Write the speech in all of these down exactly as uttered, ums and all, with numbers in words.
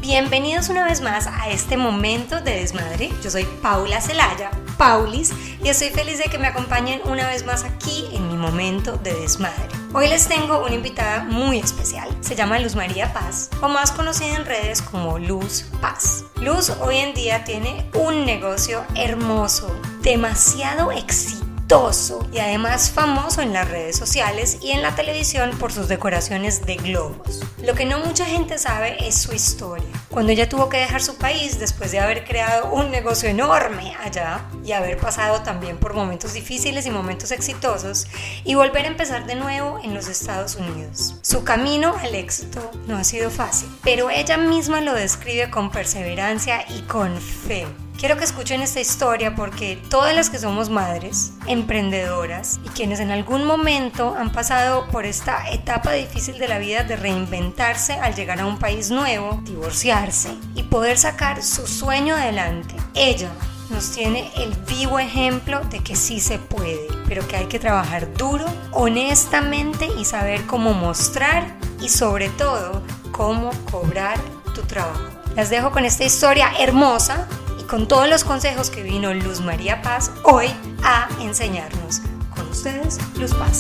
Bienvenidos una vez más a este momento de desmadre. Yo soy Paula Celaya, Paulis, y estoy feliz de que me acompañen una vez más aquí en mi momento de desmadre. Hoy les tengo una invitada muy especial. Se llama Luz María Paz, o más conocida en redes como Luz Paz. Luz hoy en día tiene un negocio hermoso, demasiado exitoso y además famoso en las redes sociales y en la televisión por sus decoraciones de globos. Lo que no mucha gente sabe es su historia. Cuando ella tuvo que dejar su país después de haber creado un negocio enorme allá y haber pasado también por momentos difíciles y momentos exitosos y volver a empezar de nuevo en los Estados Unidos. Su camino al éxito no ha sido fácil, pero ella misma lo describe con perseverancia y con fe. Quiero que escuchen esta historia porque todas las que somos madres, emprendedoras y quienes en algún momento han pasado por esta etapa difícil de la vida de reinventarse al llegar a un país nuevo, divorciarse y poder sacar su sueño adelante, ella nos tiene el vivo ejemplo de que sí se puede, pero que hay que trabajar duro, honestamente y saber cómo mostrar y sobre todo cómo cobrar tu trabajo. Las dejo con esta historia hermosa con todos los consejos que vino Luz María Paz hoy a enseñarnos. Con ustedes, Luz Paz.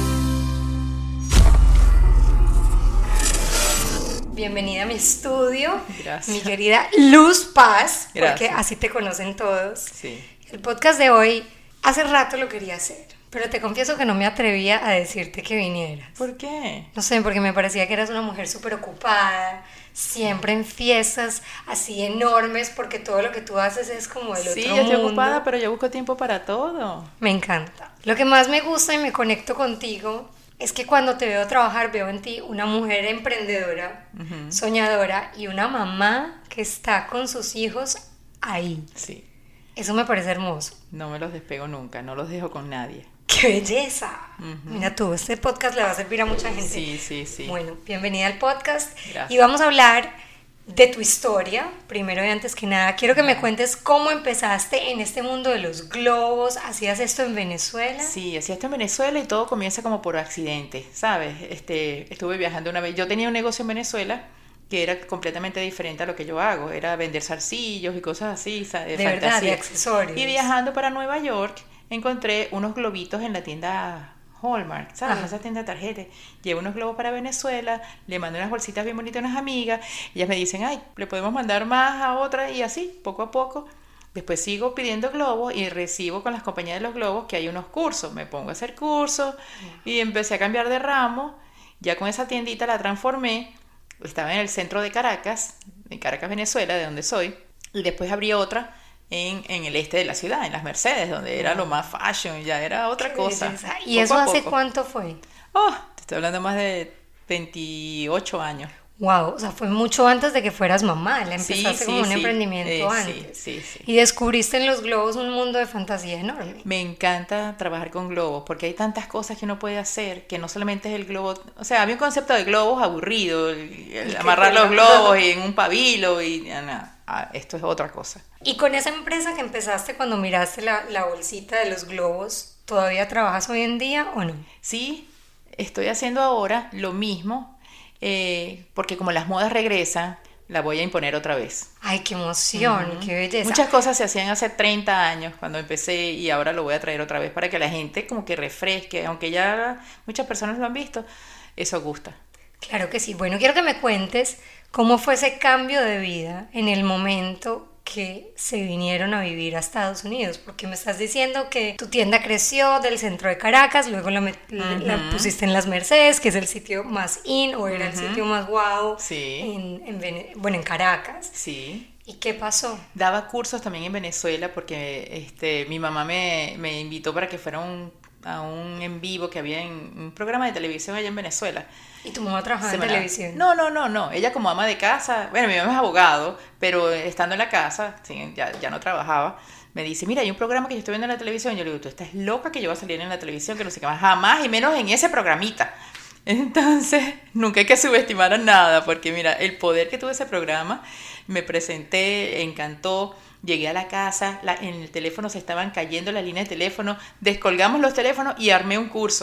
Bienvenida a mi estudio. Gracias. Mi querida Luz Paz, Gracias. Porque así te conocen todos. Sí. El podcast de hoy, hace rato lo quería hacer, pero te confieso que no me atrevía a decirte que vinieras. ¿Por qué? No sé, porque me parecía que eras una mujer súper ocupada, siempre en fiestas así enormes, porque todo lo que tú haces es como del Sí, otro yo estoy mundo. ocupada, pero yo busco tiempo para todo. Me encanta. Lo que más me gusta y me conecto contigo es que cuando te veo trabajar veo en ti una mujer emprendedora, uh-huh. soñadora y una mamá que está con sus hijos ahí. Sí. Eso me parece hermoso. No me los despego nunca, no los dejo con nadie. ¡Qué belleza! Uh-huh. Mira tú, este podcast le va a servir a mucha gente. Sí, sí, sí. Bueno, bienvenida al podcast. Gracias. Y vamos a hablar de tu historia. Primero y antes que nada, quiero que me cuentes cómo empezaste en este mundo de los globos. ¿Hacías esto en Venezuela? Sí, hacía esto en Venezuela y todo comienza como por accidente, ¿sabes? Este, estuve viajando una vez. Yo tenía un negocio en Venezuela que era completamente diferente a lo que yo hago. Era vender zarcillos y cosas así, ¿sabes? De, de verdad, de accesorios. Y viajando para Nueva York encontré unos globitos en la tienda Hallmark, ¿sabes? Esa tienda de tarjetas. Llevo unos globos para Venezuela, le mandé unas bolsitas bien bonitas a unas amigas, ellas me dicen, ay, le podemos mandar más a otra, y así, poco a poco. Después sigo pidiendo globos y recibo con las compañías de los globos que hay unos cursos. Me pongo a hacer cursos y empecé a cambiar de ramo. Ya con esa tiendita la transformé. Estaba en el centro de Caracas, en Caracas, Venezuela, de donde soy. Y después abrí otra En, en el este de la ciudad, en las Mercedes, donde era lo más fashion, ya era otra cosa. ¿Y poco eso hace poco. cuánto fue? Oh, te estoy hablando más de veintiocho años. Wow, o sea, fue mucho antes de que fueras mamá, la empezaste sí, sí, como un sí. emprendimiento eh, antes. Sí, sí, sí. Y descubriste en los globos un mundo de fantasía enorme. Me encanta trabajar con globos, porque hay tantas cosas que uno puede hacer, que no solamente es el globo, o sea, había un concepto de globos aburrido, el, el amarrar los globos en un pabilo y nada. Ah, esto es otra cosa. Y con esa empresa que empezaste cuando miraste la, la bolsita de los globos, ¿todavía trabajas hoy en día o no? Sí, estoy haciendo ahora lo mismo, eh, porque como las modas regresan, la voy a imponer otra vez. ¡Ay, qué emoción! Uh-huh. ¡Qué belleza! Muchas cosas se hacían hace treinta años cuando empecé y ahora lo voy a traer otra vez para que la gente como que refresque, aunque ya muchas personas lo han visto, eso gusta. Claro que sí. Bueno, quiero que me cuentes cómo fue ese cambio de vida en el momento que se vinieron a vivir a Estados Unidos, porque me estás diciendo que tu tienda creció del centro de Caracas, luego la, uh-huh. la pusiste en las Mercedes, que es el sitio más in, o era uh-huh. el sitio más guau, sí. en, en Vene- bueno, en Caracas. Sí. ¿Y qué pasó? Daba cursos también en Venezuela porque este, mi mamá me, me invitó para que fuera un, a un en vivo que había en un programa de televisión allá en Venezuela. ¿Y tu mamá trabajaba en televisión? No, no, no, no. Ella como ama de casa, bueno, mi mamá es abogado, pero estando en la casa, sí, ya, ya no trabajaba, me dice, mira, hay un programa que yo estoy viendo en la televisión. Yo le digo, tú estás loca que yo voy a salir en la televisión, que no sé qué más, jamás, y menos en ese programita. Entonces, nunca hay que subestimar a nada, porque mira, el poder que tuvo ese programa, me presenté, encantó, llegué a la casa, la, en el teléfono se estaban cayendo las líneas de teléfono, descolgamos los teléfonos y armé un curso.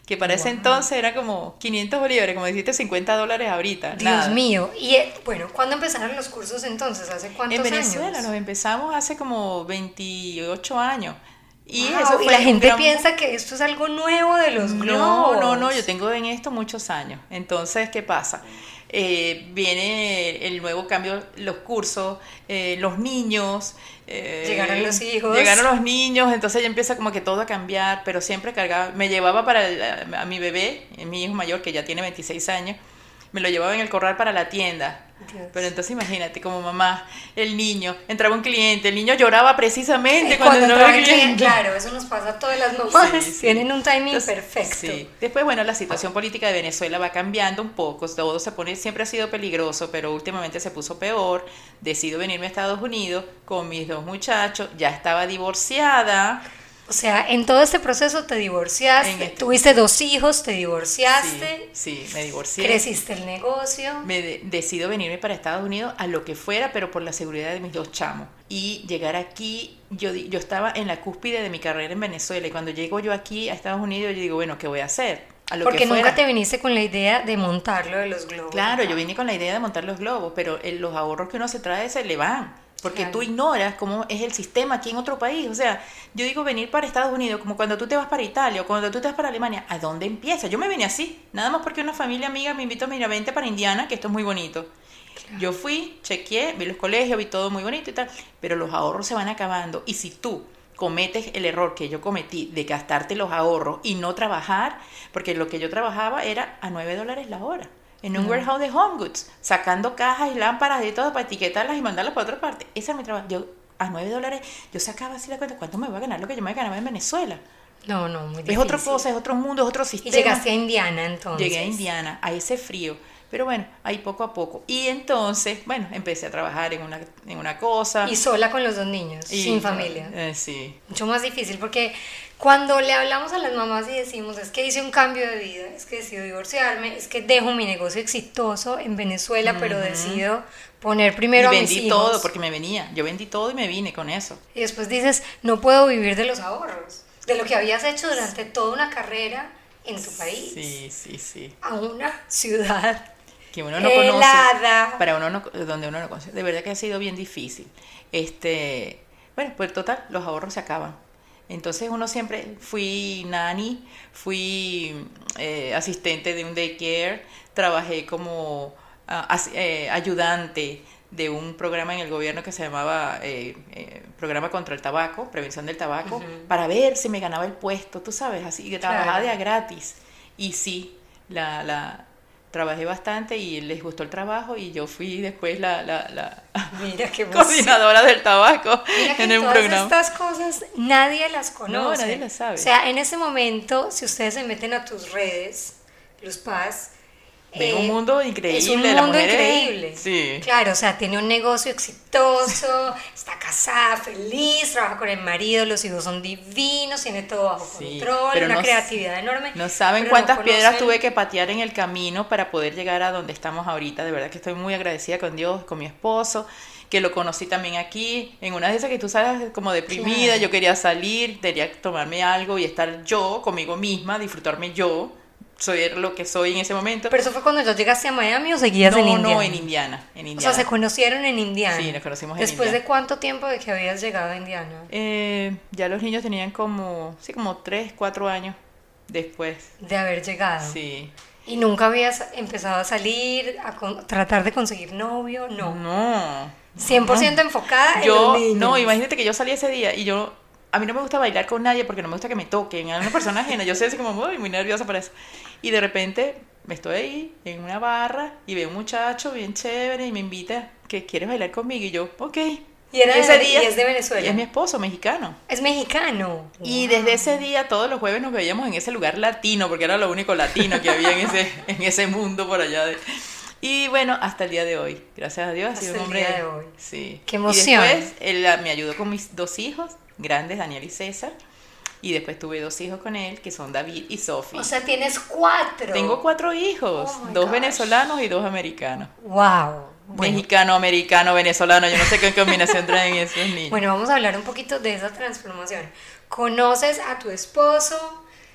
que para ese Wow. entonces era como quinientos bolívares, como dijiste, cincuenta dólares ahorita. Dios nada. mío. Y eh, bueno, ¿cuándo empezaron los cursos entonces? ¿Hace cuántos En Venezuela años? nos empezamos hace como veintiocho años. Y Wow, eso y fue la un gente gran- piensa que esto es algo nuevo de los No, globos. no, no, yo tengo en esto muchos años. Entonces, ¿qué pasa? Eh, viene el nuevo cambio, los cursos, eh, los niños. eh, Llegaron los hijos. Llegaron los niños, entonces ya empieza como que todo a cambiar, pero siempre cargaba, me llevaba para el- a mi bebé, mi hijo mayor que ya tiene veintiséis años, me lo llevaba en el corral para la tienda. Dios. Pero entonces imagínate, como mamá, el niño, entraba un cliente, el niño lloraba precisamente Eh, cuando, cuando entraba entraba el el cliente, cliente. claro, eso nos pasa a todas las mamás. Sí, sí. Tienen un timing Entonces, perfecto. sí. Después, bueno, la situación política de Venezuela va cambiando un poco, todo se pone, siempre ha sido peligroso, pero últimamente se puso peor. Decido venirme a Estados Unidos con mis dos muchachos, ya estaba divorciada. O sea, en todo este proceso te divorciaste, En este- tuviste dos hijos, te divorciaste, Sí, sí, me divorcié. creciste el negocio. Me de- decido venirme para Estados Unidos a lo que fuera, pero por la seguridad de mis dos chamos. Y llegar aquí, yo, di- yo estaba en la cúspide de mi carrera en Venezuela, y cuando llego yo aquí a Estados Unidos, yo digo, bueno, ¿qué voy a hacer? A lo Porque que nunca fuera. te viniste con la idea de montarlo de los globos. Claro, acá. yo vine con la idea de montar los globos, pero el- los ahorros que uno se trae se le van. Porque Claro. tú ignoras cómo es el sistema aquí en otro país. O sea, yo digo venir para Estados Unidos, como cuando tú te vas para Italia o cuando tú te vas para Alemania, ¿a dónde empieza? Yo me vine así, nada más porque una familia amiga me invitó, mira, vente para Indiana, que esto es muy bonito. Yo fui, chequeé, vi los colegios, vi todo muy bonito y tal, pero los ahorros se van acabando. Y si tú cometes el error que yo cometí de gastarte los ahorros y no trabajar, porque lo que yo trabajaba era a nueve dólares la hora, en un No. warehouse de home goods, sacando cajas y lámparas y todo para etiquetarlas y mandarlas para otra parte. Ese era mi trabajo. Yo, a nueve dólares, yo sacaba así la cuenta, ¿cuánto me voy a ganar lo que yo me ganaba en Venezuela? No, no, muy difícil. Es otra cosa, es otro mundo, es otro Y sistema. llegaste a Indiana entonces. Llegué a Indiana, a ese frío. Pero bueno, ahí poco a poco. Y entonces, bueno, empecé a trabajar en una, en una cosa. Y sola con los dos niños, Y- sin familia. eh, sí. Mucho más difícil porque cuando le hablamos a las mamás y decimos es que hice un cambio de vida, es que decido divorciarme, es que dejo mi negocio exitoso en Venezuela, pero decido poner primero y a mis vendí hijos. todo porque me venía. Yo vendí todo y me vine con eso. Y después dices, no puedo vivir de los ahorros, de lo que habías hecho durante toda una carrera en tu país, Sí, sí, sí. a una ciudad Que uno no conoce. helada. Para uno no, donde uno no conoce. De verdad que ha sido bien difícil. Este, bueno, pues total, los ahorros se acaban. Entonces uno siempre, fui nanny, fui eh, asistente de un daycare, trabajé como ah, as- eh, ayudante de un programa en el gobierno que se llamaba eh, eh, Programa contra el Tabaco, Prevención del Tabaco, Ujú. para ver si me ganaba el puesto, tú sabes, así que trabajaba Claro. de a gratis. Y sí, la, la trabajé bastante y les gustó el trabajo y yo fui después la, la, la Mira qué emoción. coordinadora del tabaco Mira que en un todas programa. estas cosas nadie las conoce. nadie las sabe. O sea, en ese momento, si ustedes se meten a tus redes, Luz Paz, Ven eh, un mundo increíble. es un de las mundo mujeres. increíble. Sí. Claro, o sea, tiene un negocio exitoso, está casada, feliz, trabaja con el marido, los hijos son divinos, tiene todo bajo Sí, control, pero una no- creatividad enorme. No saben pero cuántas no piedras conocen- tuve que patear en el camino para poder llegar a donde estamos ahorita. De verdad que estoy muy agradecida con Dios, con mi esposo, que lo conocí también aquí, en una de esas que tú sabes como deprimida, Claro. yo quería salir, quería tomarme algo y estar yo conmigo misma, disfrutarme yo. Soy lo que soy en ese momento. Pero eso fue cuando ya llegaste a Miami o seguías no, en Indiana. no, en Indiana, en O Indiana. sea, se conocieron en Indiana. Sí, nos conocimos en ¿Después Indiana. de cuánto tiempo de que habías llegado a Indiana? Eh, ya los niños tenían como, sí, como tres, cuatro años después. De haber llegado. Sí. ¿Y nunca habías empezado a salir, a con- tratar de conseguir novio? No. No. cien por ciento enfocada en Yo, los niños. no, imagínate que yo salí ese día y yo, a mí no me gusta bailar con nadie porque no me gusta que me toquen, a una persona ajena, yo soy así como muy, muy nerviosa para eso. Y de repente me estoy ahí en una barra y veo un muchacho bien chévere y me invita que quieres bailar conmigo y yo, ok. Y, era ese de, día, y es de Venezuela. y es mi esposo mexicano. Es mexicano. Y Wow. desde ese día, todos los jueves nos veíamos en ese lugar latino, porque era lo único latino que había en ese, en ese mundo por allá. De... Y bueno, hasta el día de hoy, gracias a Dios, ha Hasta sido un el hombre. día de hoy. Sí. Qué emoción. Y después él ah, me ayudó con mis dos hijos, grandes, Daniel y César. Y después tuve dos hijos con él, que son David y Sophie. O sea, tienes cuatro. Tengo cuatro hijos, Oh my dos gosh. venezolanos y dos americanos. Wow. Bueno, Mexicano, americano, venezolano, yo no sé qué combinación traen esos niños. bueno, vamos a hablar un poquito de esa transformación. Conoces a tu esposo,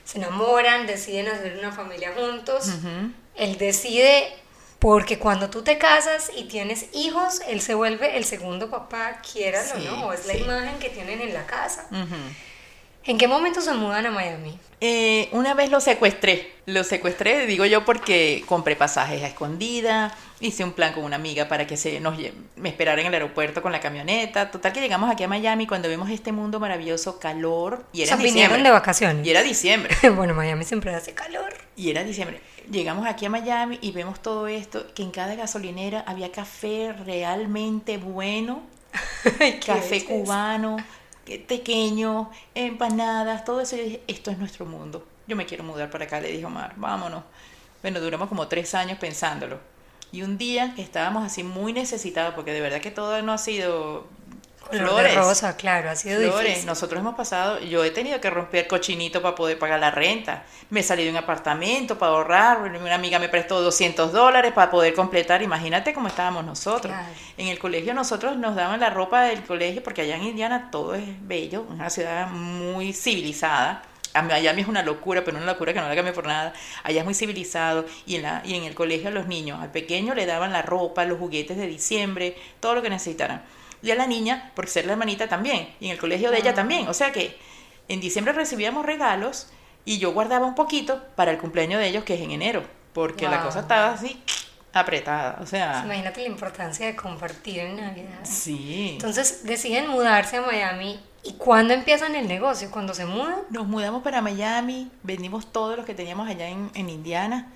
se enamoran, deciden hacer una familia juntos. Ujú. Él decide, porque cuando tú te casas y tienes hijos, él se vuelve el segundo papá, quieras Sí, o no, es la sí. imagen que tienen en la casa. Ujú. ¿En qué momento se mudan a Miami? Eh, una vez lo secuestré, lo secuestré, digo yo, porque compré pasajes a escondida, hice un plan con una amiga para que se nos lle- me esperara en el aeropuerto con la camioneta. Total que llegamos aquí a Miami cuando vemos este mundo maravilloso, calor, y O era sea, en vinieron diciembre. de vacaciones. Y era diciembre. Bueno, Miami siempre hace calor. Y era diciembre. Llegamos aquí a Miami y vemos todo esto, que en cada gasolinera había café realmente bueno, Ay, qué café belleza. cubano, eh, pequeño, empanadas, todo eso. Yo dije, esto es nuestro mundo. Yo me quiero mudar para acá, le dije Omar, vámonos. Bueno, duramos como tres años pensándolo. Y un día que estábamos así muy necesitados, porque de verdad que todo no ha sido Color flores. de rosa, claro, ha sido Flores, difícil. nosotros hemos pasado, yo he tenido que romper cochinito para poder pagar la renta, me salí de un apartamento para ahorrar, una amiga me prestó doscientos dólares para poder completar, imagínate cómo estábamos nosotros. Claro. En el colegio nosotros nos daban la ropa del colegio, porque allá en Indiana todo es bello, una ciudad muy civilizada. A Miami es una locura, pero una locura que no la cambie por nada. Allá es muy civilizado y en, la, y en el colegio a los niños, al pequeño le daban la ropa, los juguetes de diciembre, todo lo que necesitaran. Y a la niña, por ser la hermanita también, y en el colegio de ella también. O sea que en diciembre recibíamos regalos y yo guardaba un poquito para el cumpleaños de ellos, que es en enero, porque la Wow. cosa estaba así apretada. O sea, Imagínate la importancia de compartir en Navidad. sí. Entonces deciden mudarse a Miami. ¿Y cuándo empiezan el negocio? ¿Cuándo se mudan? Nos mudamos para Miami, vendimos todos los que teníamos allá en, en Indiana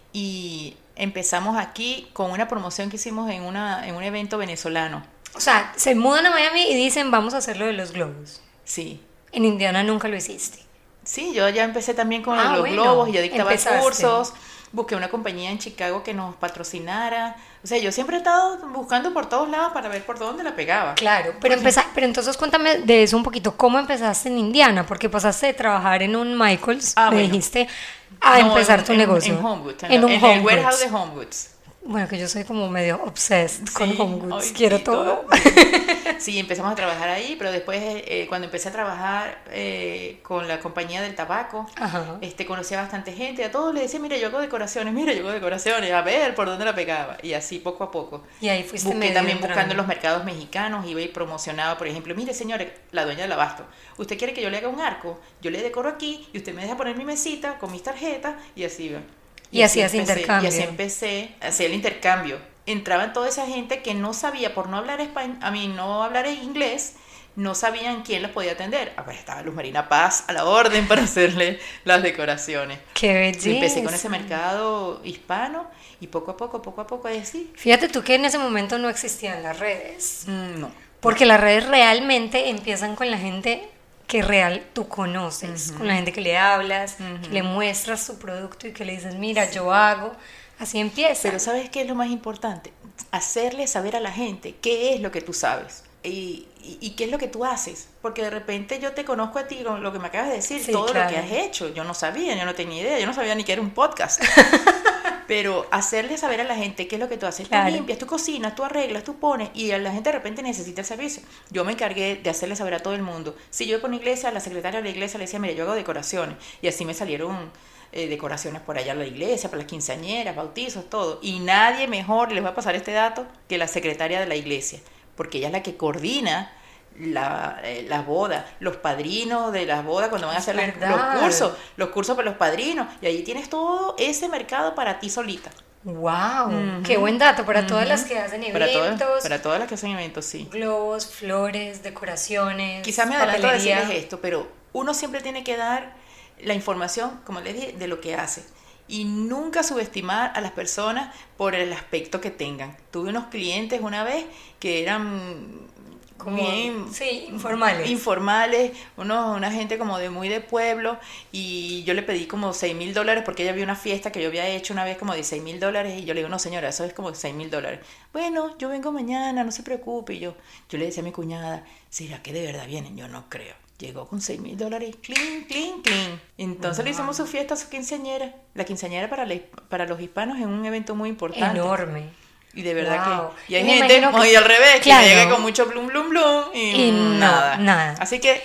y empezamos aquí con una promoción que hicimos en, una, en un evento venezolano. O sea, se mudan a Miami y dicen, vamos a hacer lo de los globos. Sí. En Indiana nunca lo hiciste. Sí, yo ya empecé también con Ah, los bueno, globos y yo dictaba empezaste. cursos, busqué una compañía en Chicago que nos patrocinara. O sea, yo siempre he estado buscando por todos lados para ver por dónde la pegaba. Claro, pero empeza- pero entonces cuéntame de eso un poquito. ¿Cómo empezaste en Indiana? Porque pasaste de trabajar en un Michaels, Ah, me bueno. dijiste, a No, empezar en- tu en- negocio. En Homewoods, en, en la- un en el Homewoods. warehouse de Homewoods. Bueno, que yo soy como medio obsessed con Sí, Homewoods. ay, Quiero sí, todo. Sí, empezamos a trabajar ahí, pero después eh, cuando empecé a trabajar eh, con la compañía del tabaco, Ajá. este, conocí a bastante gente, a todos les decía, mira, yo hago decoraciones, mira, yo hago decoraciones, a ver por dónde la pegaba. Y así poco a poco. Y ahí fuiste Busqué medio también entrando. buscando en los mercados mexicanos, iba y promocionaba, por ejemplo, mire señores, la dueña del abasto, usted quiere que yo le haga un arco, yo le decoro aquí y usted me deja poner mi mesita con mis tarjetas y así va. Y hacías empecé, intercambio. Y así empecé a hacer el intercambio. Entraban toda esa gente que no sabía, por no hablar español, a mí no hablar inglés, no sabían quién los podía atender. Ah, pues estaba Luz Marina Paz a la orden para hacerle las decoraciones. Qué belleza. Y empecé con ese mercado hispano y poco a poco, poco a poco, así. Fíjate tú que en ese momento no existían las redes. Mm, no. Porque las redes realmente empiezan con la gente que real tú conoces, con la gente que le hablas, que le muestras tu producto y que le dices, mira, yo hago. Así empieza. Pero ¿sabes qué es lo más importante? Hacerle saber a la gente qué es lo que tú sabes y, y, y qué es lo que tú haces. Porque de repente yo te conozco a ti con lo que me acabas de decir, Sí, todo claro. lo que has hecho. Yo no sabía, yo no tenía idea, yo no sabía ni que era un podcast. Pero hacerle saber a la gente qué es lo que tú haces. Claro. Tú limpias, tú cocinas, tú arreglas, tú pones y a la gente de repente necesita el servicio. Yo me encargué de hacerle saber a todo el mundo. Si yo iba a una iglesia, a la secretaria de la iglesia le decía, mira, yo hago decoraciones. Y así me salieron eh, decoraciones por allá en la iglesia, para las quinceañeras, bautizos, todo. Y nadie mejor, les voy a pasar este dato, que la secretaria de la iglesia. Porque ella es la que coordina la, eh, las bodas, los padrinos de las bodas cuando van a hacer los, verdad. los cursos, los cursos para los padrinos. Y ahí tienes todo ese mercado para ti solita. ¡Wow! Ujú. ¡Qué buen dato! Para todas Ujú. las que hacen Para eventos, todas, para todas las que hacen eventos, sí. globos, flores, decoraciones, Quizás me adelanto a papelería. decirles esto, pero uno siempre tiene que dar la información, como les dije, de lo que hace. Y nunca subestimar a las personas por el aspecto que tengan. Tuve unos clientes una vez que eran Como, bien sí, informales. informales, unos, una gente como de muy de pueblo, y yo le pedí como seis mil dólares porque ella vio una fiesta que yo había hecho una vez como de seis mil dólares y yo le digo, no señora, eso es como seis mil dólares. Bueno, yo vengo mañana, no se preocupe. Y yo, yo le decía a mi cuñada, ¿será que de verdad vienen? Yo no creo. Llegó con seis mil dólares, clean, clean, clean. Entonces le hicimos su fiesta a su quinceañera. La quinceañera para, la- para los hispanos es un evento muy importante. Enorme. Y de verdad Wow. que... Y hay Me gente imagino que- muy al revés, Claro. que llega con mucho blum, blum, blum y, Y no, nada. nada. Así que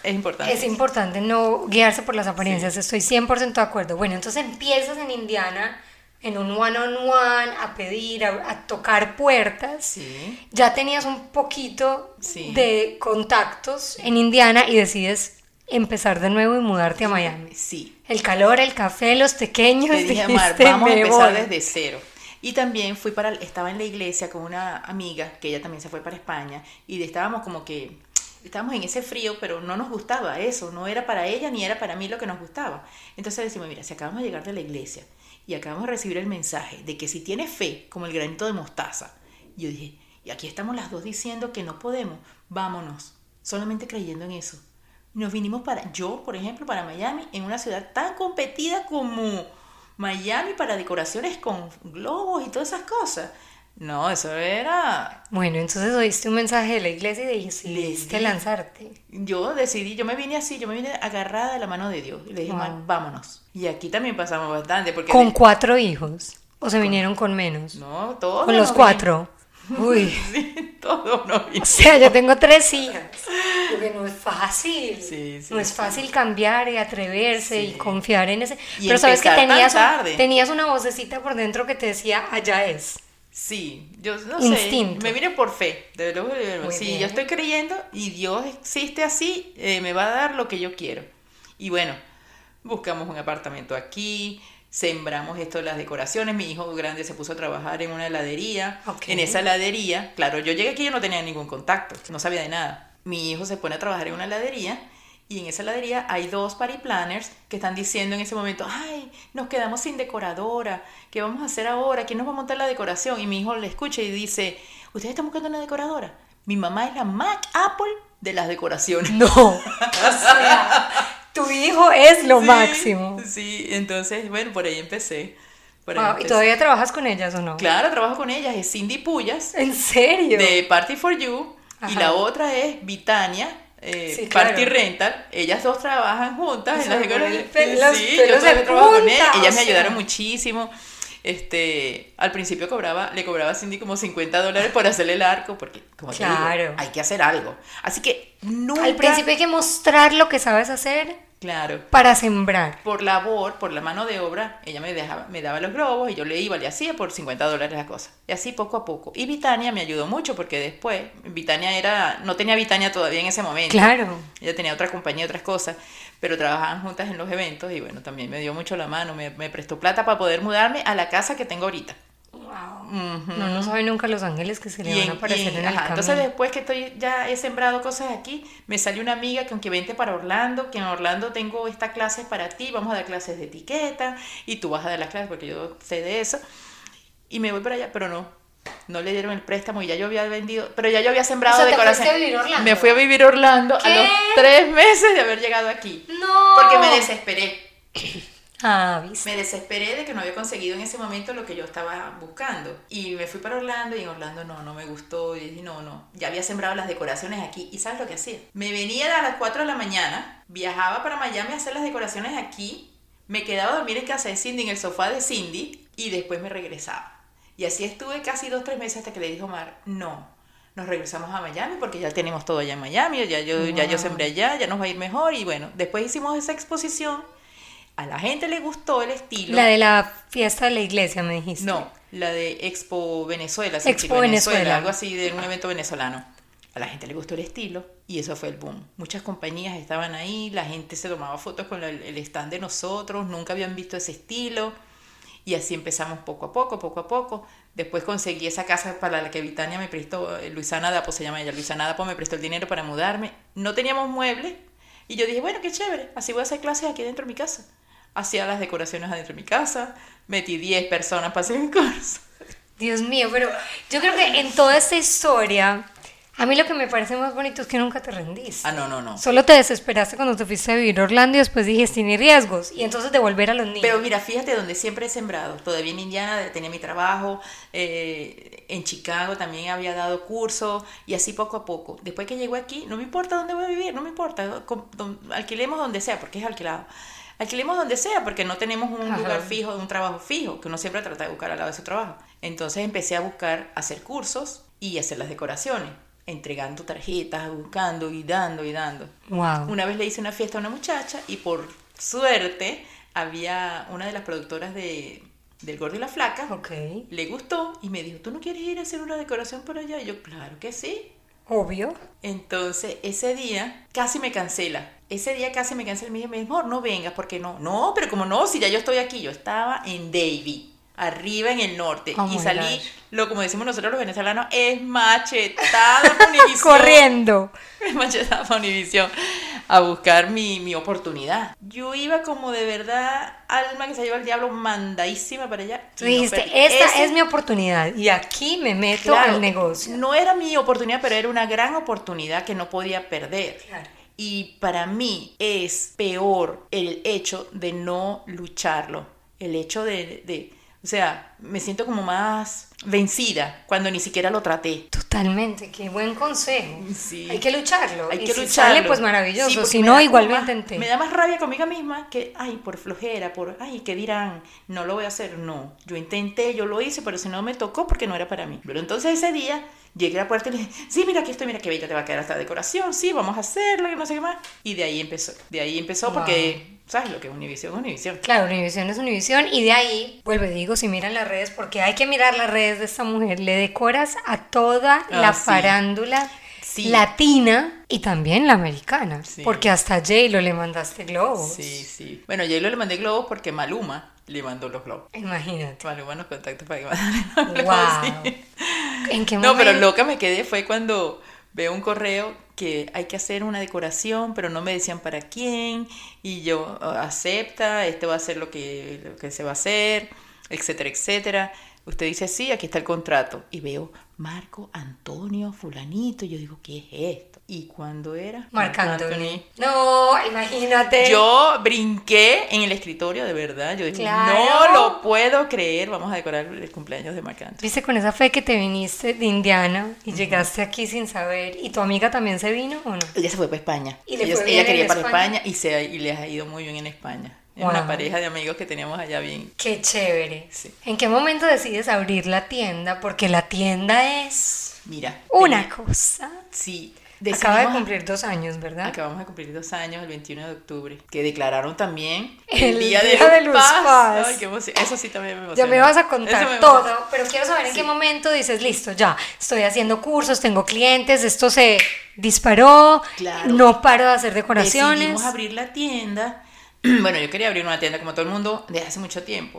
es importante. Es importante no guiarse por las apariencias, sí. Estoy cien por ciento de acuerdo. Bueno, entonces empiezas en Indiana en un one-on-one a pedir, a, a tocar puertas. Sí. Ya tenías un poquito sí. de contactos en Indiana y decides empezar de nuevo y mudarte a Miami. Sí. El calor, el café, los pequeños. Te dije, Mar, vamos a empezar desde cero. Y también fui para, estaba en la iglesia con una amiga, que ella también se fue para España, y estábamos como que, estábamos en ese frío, pero no nos gustaba eso, no era para ella ni era para mí lo que nos gustaba. Entonces decimos, mira, si acabamos de llegar de la iglesia, y acabamos de recibir el mensaje de que si tienes fe, como el granito de mostaza, yo dije, y aquí estamos las dos diciendo que no podemos, vámonos, solamente creyendo en eso. Nos vinimos para, yo, por ejemplo, para Miami, en una ciudad tan competida como Miami, para decoraciones con globos y todas esas cosas. No, eso era... Bueno, entonces oíste un mensaje de la iglesia y decidiste lanzarte. Yo decidí, yo me vine así, yo me vine agarrada de la mano de Dios. Y le dije, wow. vámonos. Y aquí también pasamos bastante. Porque ¿Con de... cuatro hijos? ¿O se con... vinieron con menos? No, todos. ¿Con los cuatro? Uy. Sí, todos no O sea, yo tengo tres hijas. Porque no es fácil. Sí, sí, no es sí. fácil cambiar y atreverse sí. y confiar en ese. Y pero sabes que tenías, un, tenías una vocecita por dentro que te decía, allá es. Sí, yo no Instinto. sé, me vine por fe, de luego, de luego. Sí, bien. Yo estoy creyendo y Dios existe así, eh, me va a dar lo que yo quiero. Y bueno, buscamos un apartamento aquí, sembramos esto de las decoraciones, mi hijo grande se puso a trabajar en una heladería, okay. En esa heladería, claro, yo llegué aquí y yo no tenía ningún contacto, no sabía de nada. Mi hijo se pone a trabajar en una heladería y en esa heladería hay dos party planners que están diciendo en ese momento, ay, nos quedamos sin decoradora, ¿qué vamos a hacer ahora? ¿Quién nos va a montar la decoración? Y mi hijo le escucha y dice, ¿ustedes están buscando una decoradora? Mi mamá es la Mac Apple de las decoraciones. No, o sea, tu hijo es lo sí, máximo. Sí, entonces, bueno, por ahí empecé. Por ahí Wow, empecé. ¿Y todavía trabajas con ellas o no? Claro, trabajo con ellas, es Cindy Pullas. ¿En serio? De Party for You. Ajá. Y la otra es Vitania. Eh, sí, Party claro. Rental, ellas dos trabajan juntas en las decoraciones. Sí, yo también trabajo con ellas, ellas me sea. ayudaron muchísimo. Este, al principio cobraba, le cobraba a Cindy como cincuenta dólares por hacerle el arco, porque como claro. te digo, hay que hacer algo. Así que nunca... Al principio hay que mostrar lo que sabes hacer. Claro. Para sembrar. Por labor, por la mano de obra, ella me dejaba, me daba los globos y yo le iba, le hacía por cincuenta dólares la cosa. Y así poco a poco. Y Vitania me ayudó mucho porque después, Vitania era, no tenía Vitania todavía en ese momento. Claro. Ella tenía otra compañía, otras cosas, pero trabajaban juntas en los eventos y bueno, también me dio mucho la mano, me, me prestó plata para poder mudarme a la casa que tengo ahorita. Wow. Uh-huh. No, no sabe nunca los ángeles que se le y van en, a aparecer y, en el ajá, camino. Entonces después que estoy ya he sembrado cosas aquí, me salió una amiga que aunque vente para Orlando, que en Orlando tengo esta clase para ti, vamos a dar clases de etiqueta y tú vas a dar las clases porque yo sé de eso. Y me voy para allá, pero no, no le dieron el préstamo y ya yo había vendido, pero ya yo había sembrado o sea, decoración. ¿te fuiste a vivir a Orlando? Me fui a vivir a Orlando ¿Qué? a los tres meses de haber llegado aquí. No. Porque me desesperé. Ah, ¿viste? Me desesperé de que no había conseguido en ese momento lo que yo estaba buscando. Y me fui para Orlando y en Orlando no, no me gustó. Y dije, no, no, ya había sembrado las decoraciones aquí. ¿Y sabes lo que hacía? Me venía a las cuatro de la mañana, viajaba para Miami a hacer las decoraciones aquí, me quedaba a dormir en casa de Cindy, en el sofá de Cindy, y después me regresaba. Y así estuve casi dos, tres meses hasta que le dijo Omar, no, nos regresamos a Miami porque ya tenemos todo allá en Miami, ya yo, wow. ya yo sembré allá, ya nos va a ir mejor. Y bueno, después hicimos esa exposición. A la gente le gustó el estilo. La de la fiesta de la iglesia, me dijiste. No, la de Expo Venezuela. Expo Venezuela. Venezuela. Algo así de un evento venezolano. A la gente le gustó el estilo y eso fue el boom. Muchas compañías estaban ahí, la gente se tomaba fotos con el, el stand de nosotros, nunca habían visto ese estilo. Y así empezamos poco a poco, poco a poco. Después conseguí esa casa para la que Vitania me prestó, Luisana Dapo se llama ella, Luisana Dapo me prestó el dinero para mudarme. No teníamos muebles y yo dije, bueno, qué chévere, así voy a hacer clases aquí dentro de mi casa. Hacía las decoraciones adentro de mi casa, metí diez personas para hacer mi curso. Dios mío, pero yo creo que en toda esta historia, a mí lo que me parece más bonito es que nunca te rendiste. Ah, no, no, no. Solo te desesperaste cuando te fuiste a vivir a Orlando y después dijiste, tiene riesgos, y entonces devolver a los niños. Pero mira, fíjate donde siempre he sembrado. Todavía en Indiana tenía mi trabajo, eh, en Chicago también había dado cursos, y así poco a poco. Después que llego aquí, no me importa dónde voy a vivir, no me importa, alquilemos donde sea, porque es alquilado. Alquilemos donde sea, porque no tenemos un Ajá. lugar fijo, un trabajo fijo, que uno siempre trata de buscar al lado de su trabajo. Entonces empecé a buscar hacer cursos y hacer las decoraciones. entregando tarjetas, buscando y dando y dando. Wow. Una vez le hice una fiesta a una muchacha y por suerte había una de las productoras de, del Gordo y la Flaca, Ok. le gustó y me dijo, ¿tú no quieres ir a hacer una decoración por allá? Y yo, claro que sí. Obvio. Entonces, ese día casi me cancela. Ese día casi me cancela. Me dijo, mejor no vengas, porque no. No, pero como no, si ya yo estoy aquí. Yo estaba en Davie, arriba en el norte. Oh y my salí, gosh. lo como decimos nosotros los venezolanos, es machetada por Univisión. Corriendo. Es machetada por Univisión a buscar mi, mi oportunidad. Yo iba como de verdad, alma que se lleva el diablo, mandadísima para allá. Tú y no dijiste, perdí. esta Ese- es mi oportunidad y aquí me meto Claro, al negocio. no era mi oportunidad, pero era una gran oportunidad que no podía perder. Claro. Y para mí es peor el hecho de no lucharlo. El hecho de, de, o sea, me siento como más vencida cuando ni siquiera lo traté. Totalmente, qué buen consejo. Sí. Hay que lucharlo. Hay y que si lucharlo. sale, pues maravilloso. Sí, porque si me no, da igual como lo más- intenté. Me da más rabia conmigo misma que, ay, por flojera, por, ay, ¿qué dirán? No lo voy a hacer. No, yo intenté, yo lo hice, pero si no me tocó porque no era para mí. Pero entonces ese día llegué a la puerta y le dije, sí, mira, aquí estoy, mira qué bella te va a quedar esta decoración, sí, vamos a hacerlo, que no sé qué más. Y de ahí empezó. De ahí empezó porque, ¿sabes lo que es Univisión? Es Univisión. Claro, Univisión es Univisión y de ahí, vuelvo y digo, si miran las redes, porque hay que mirar las redes de esta mujer, le decoras a toda Ah, la sí. farándula Sí. latina y también la americana, Sí. porque hasta a J-Lo le mandaste globos. Sí, sí. Bueno, yo le mandé globos porque Maluma le mandó los globos. Imagínate. Maluma nos contacta para que mande los globos. Wow. Sí. ¿En qué No, momento? pero loca me quedé fue cuando veo un correo que hay que hacer una decoración, pero no me decían para quién, y yo, "Oh, acepta, este va a ser lo que, lo que se va a hacer, etcétera, etcétera. Usted dice, sí, aquí está el contrato. Y veo Marco Antonio Fulanito, y yo digo, ¿qué es esto? ¿Y cuándo era? Marc Marc Anthony. No, imagínate. Yo brinqué en el escritorio, de verdad. Yo dije, Claro. no lo puedo creer, vamos a decorar el cumpleaños de Marc Anthony. Viste con esa fe que te viniste de Indiana y llegaste aquí sin saber. ¿Y tu amiga también se vino o no? Ella se fue para España. ¿Y le ella fue bien ella en quería ir para España? España, y, se, y les ha ido muy bien en España. Es Wow. una pareja de amigos que teníamos allá bien. Qué chévere. Sí. ¿En qué momento decides abrir la tienda? Porque la tienda es Mira. una tenía- cosa. Sí. Acaba de decidimos- cumplir dos años, ¿verdad? Acabamos de cumplir dos años, el veintiuno de octubre, que declararon también El Día, Día de de Luz Luz Paz. Paz. Ay, qué emoción. Eso sí también me Ya emociona. me vas a Eso contar me todo, emociona. pero quiero saber en Sí. qué momento dices, listo, ya, estoy haciendo cursos, tengo clientes, esto se disparó, Claro. no paro de hacer decoraciones. Decidimos abrir la tienda. Bueno, yo quería abrir una tienda como todo el mundo desde hace mucho tiempo.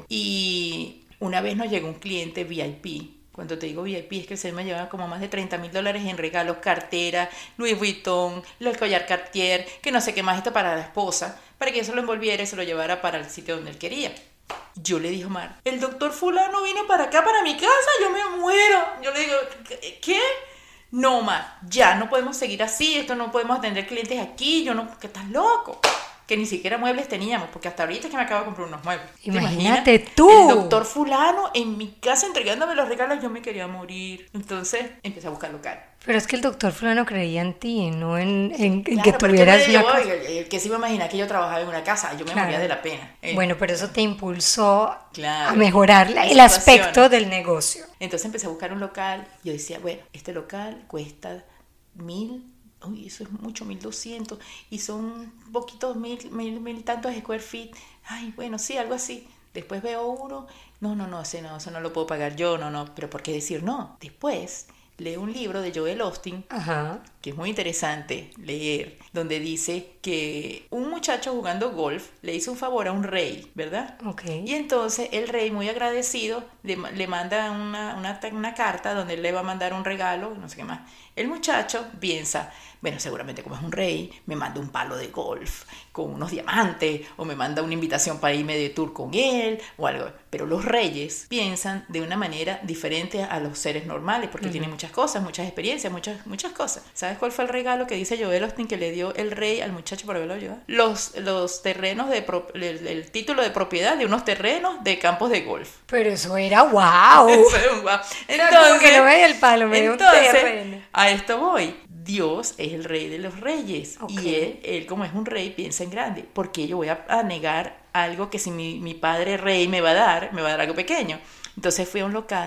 Y una vez nos llegó un cliente V I P. Cuando te digo V I P es que se me llevaba como más de treinta mil dólares en regalos, cartera, Louis Vuitton, el collar Cartier, que no sé qué más, esto para la esposa, para que eso lo envolviera y se lo llevara para el sitio donde él quería. Yo le dije a Omar, el doctor fulano vino para acá, para mi casa, yo me muero. Yo le digo, ¿qué? No, Omar, ya no podemos seguir así, esto no podemos atender clientes aquí, yo no, que estás loco. Que ni siquiera muebles teníamos, porque hasta ahorita es que me acabo de comprar unos muebles. ¿Te Imagínate imaginas? tú. El doctor fulano en mi casa entregándome los regalos, yo me quería morir. Entonces empecé a buscar local. Pero es que el doctor fulano creía en ti, no en, en- en Claro, que pero tuvieras ¿qué me una llevó? casa. El- el que se iba a imaginar que yo trabajaba en una casa, yo me Claro. moría de la pena. Eh, Bueno, pero eso te impulsó Claro. a mejorar la- La el situación. aspecto del negocio. Entonces empecé a buscar un local. Yo decía, bueno, este local cuesta mil, uy, eso es mucho, mil doscientos, y son poquitos, mil, mil, mil tantos square feet. Ay, bueno, sí, algo así. Después veo uno, no, no, no, ese no, eso no lo puedo pagar yo, no, no, pero ¿por qué decir no? Después leo un libro de Joel Osteen, Ajá. que es muy interesante leer, donde dice que un muchacho jugando golf le hizo un favor a un rey, ¿verdad? Ok. Y entonces el rey, muy agradecido, le, ma- le manda una, una, ta- una carta donde él le va a mandar un regalo, no sé qué más. El muchacho piensa, bueno, seguramente como es un rey, me manda un palo de golf con unos diamantes, o me manda una invitación para irme de tour con él, o algo. Pero los reyes piensan de una manera diferente a los seres normales, porque Ujú. tienen muchas cosas, muchas experiencias, muchas, muchas cosas. ¿Sabes cuál fue el regalo que dice Joel Osteen que le dio el rey al muchacho por haberlo ayudado? Los, los terrenos, de pro- el, el título de propiedad de unos terrenos de campos de golf. Pero eso era wow. Eso es un guau. Era como que no me dio el palo, me dio un entonces, terreno. a esto voy. Dios es el rey de los reyes. Ok. Y él, él, como es un rey, piensa en grande. ¿Por qué yo voy a, a negar algo que si mi, mi padre rey me va a dar, me va a dar algo pequeño? Entonces fui a un local